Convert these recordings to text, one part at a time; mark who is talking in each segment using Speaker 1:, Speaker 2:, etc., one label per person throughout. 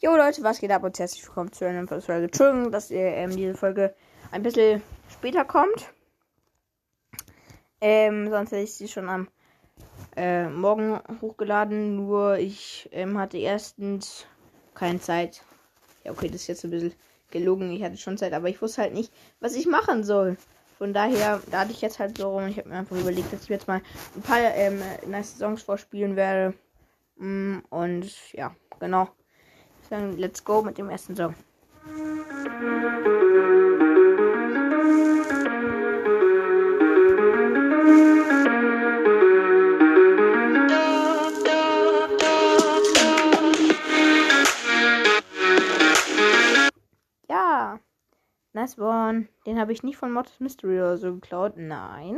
Speaker 1: Jo Leute, was geht ab und herzlich willkommen zu einer neuen Folge. Entschuldigung, dass diese Folge ein bisschen später kommt. Sonst hätte ich sie schon am Morgen hochgeladen. Nur ich hatte erstens keine Zeit. Ja, okay, das ist jetzt ein bisschen gelogen. Ich hatte schon Zeit, aber ich wusste halt nicht, was ich machen soll. Von daher, da hatte ich jetzt halt so rum. Ich habe mir einfach überlegt, dass ich jetzt mal ein paar nice Songs vorspielen werde. Und ja, genau. Dann let's go mit dem ersten Song. Ja, nice one. Den habe ich nicht von Mod Mystery oder so geklaut. Nein.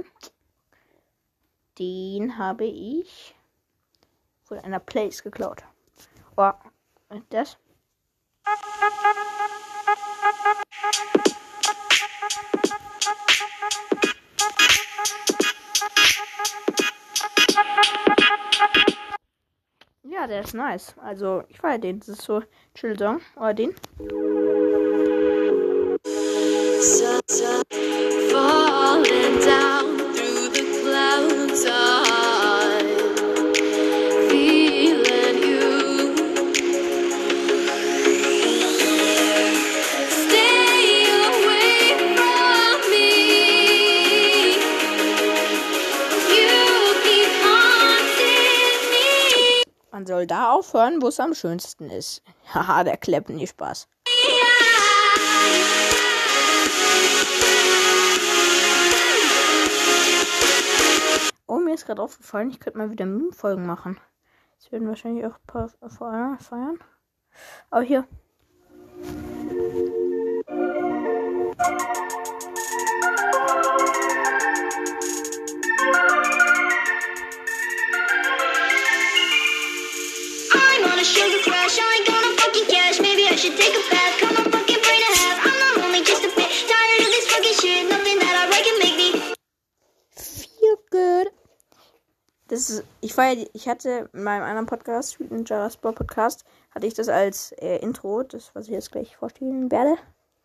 Speaker 1: Den habe ich von einer Place geklaut. Oh, das. Ja, der ist nice. Also, ich feiere den. Das ist so ein Chill-Song. Oder den.
Speaker 2: Falling down through the clouds, I'm feeling you. Stay away from me. You keep haunting me.
Speaker 1: Man soll da aufhören, wo es am schönsten ist. Haha, der Kleppen, nicht Spaß. Oh, mir ist gerade aufgefallen, ich könnte mal wieder Meme-Folgen machen. Das werden wahrscheinlich auch ein paar feiern. Aber hier.
Speaker 2: I'm on a sugar crash, I ain't gonna fucking cash. Maybe I should take a bath, cut my fucking brain in half. I'm not only just a bit tired of this fucking shit. Nothing that I write can make me
Speaker 1: Feel good. Das ist, ich hatte in meinem anderen Podcast, Sweet Ninja Sport Podcast, hatte ich das als Intro, das was ich jetzt gleich vorstellen werde.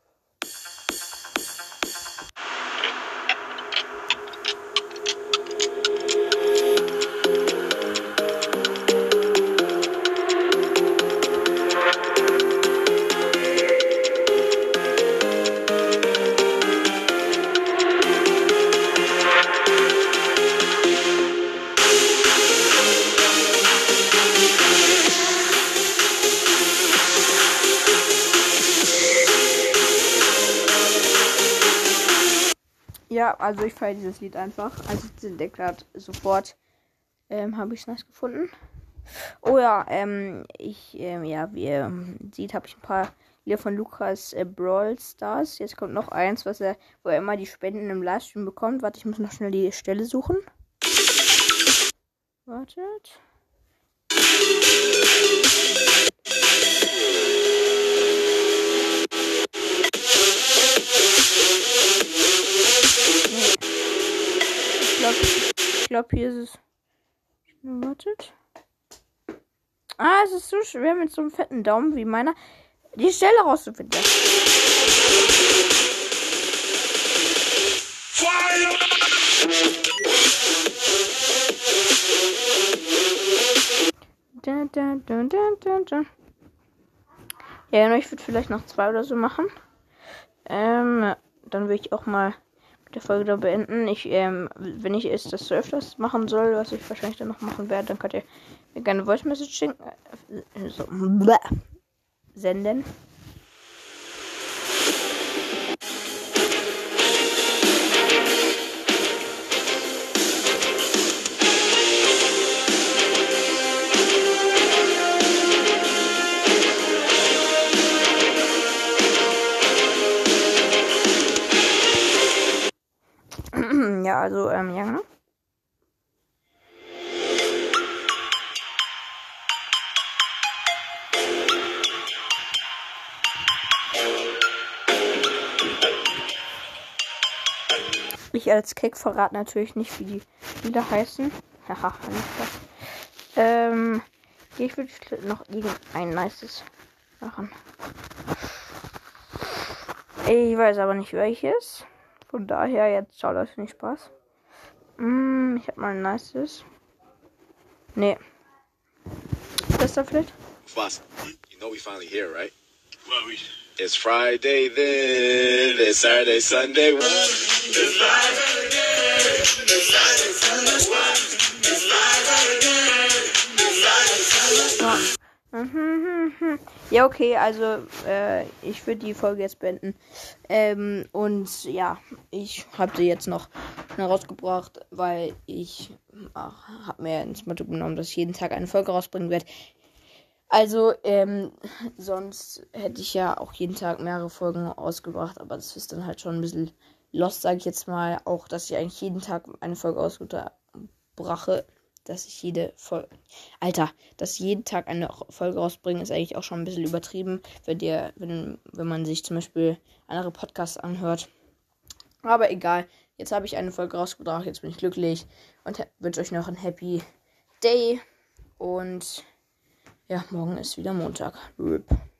Speaker 1: Ja, also ich feiere dieses Lied einfach. Also ich entdeckt hat, sofort habe ich es nice gefunden. Oh ja, wie ihr seht, habe ich ein paar Lieder von Lukas Brawl Stars. Jetzt kommt noch eins, wo er immer die Spenden im Livestream bekommt. Warte, ich muss noch schnell die Stelle suchen. Wartet. Ich glaube, hier ist es. Wartet. Ah, es ist so schwer mit so einem fetten Daumen wie meiner, die Stelle rauszufinden. Ja, ich würde vielleicht noch 2 oder so machen. Dann würde ich auch mal der Folge da beenden. Wenn ich es das so öfters machen soll, was ich wahrscheinlich dann noch machen werde, dann könnt ihr mir gerne Voice Message senden. Ja, also, ja, ne? Ich als Keck verrate natürlich nicht, wie die Lieder heißen. Haha, nicht das. Ich würde noch irgendein nices machen. Ich weiß aber nicht welches. Von daher, jetzt schaut euch nicht Spaß. Ich hab mal ein nices. Nee. Das da vielleicht?
Speaker 3: Foster, you know we finally here, right? Well, it's Friday then, it's Saturday, Sunday. It's Friday again, it's Saturday, Sunday. It's Friday again, it's Saturday, Sunday.
Speaker 1: Ja, okay, also ich würde die Folge jetzt beenden. Und ja, ich habe sie jetzt noch rausgebracht, weil ich habe mir ins Motto genommen, dass ich jeden Tag eine Folge rausbringen werde. Also, sonst hätte ich ja auch jeden Tag mehrere Folgen ausgebracht, aber das ist dann halt schon ein bisschen lost, sage ich jetzt mal. Auch, dass ich eigentlich jeden Tag eine Folge ausbrache, dass ich dass ich jeden Tag eine Folge rausbringe, ist eigentlich auch schon ein bisschen übertrieben, wenn man sich zum Beispiel andere Podcasts anhört. Aber egal, jetzt habe ich eine Folge rausgebracht, jetzt bin ich glücklich und wünsche euch noch einen Happy Day und ja, morgen ist wieder Montag. RIP.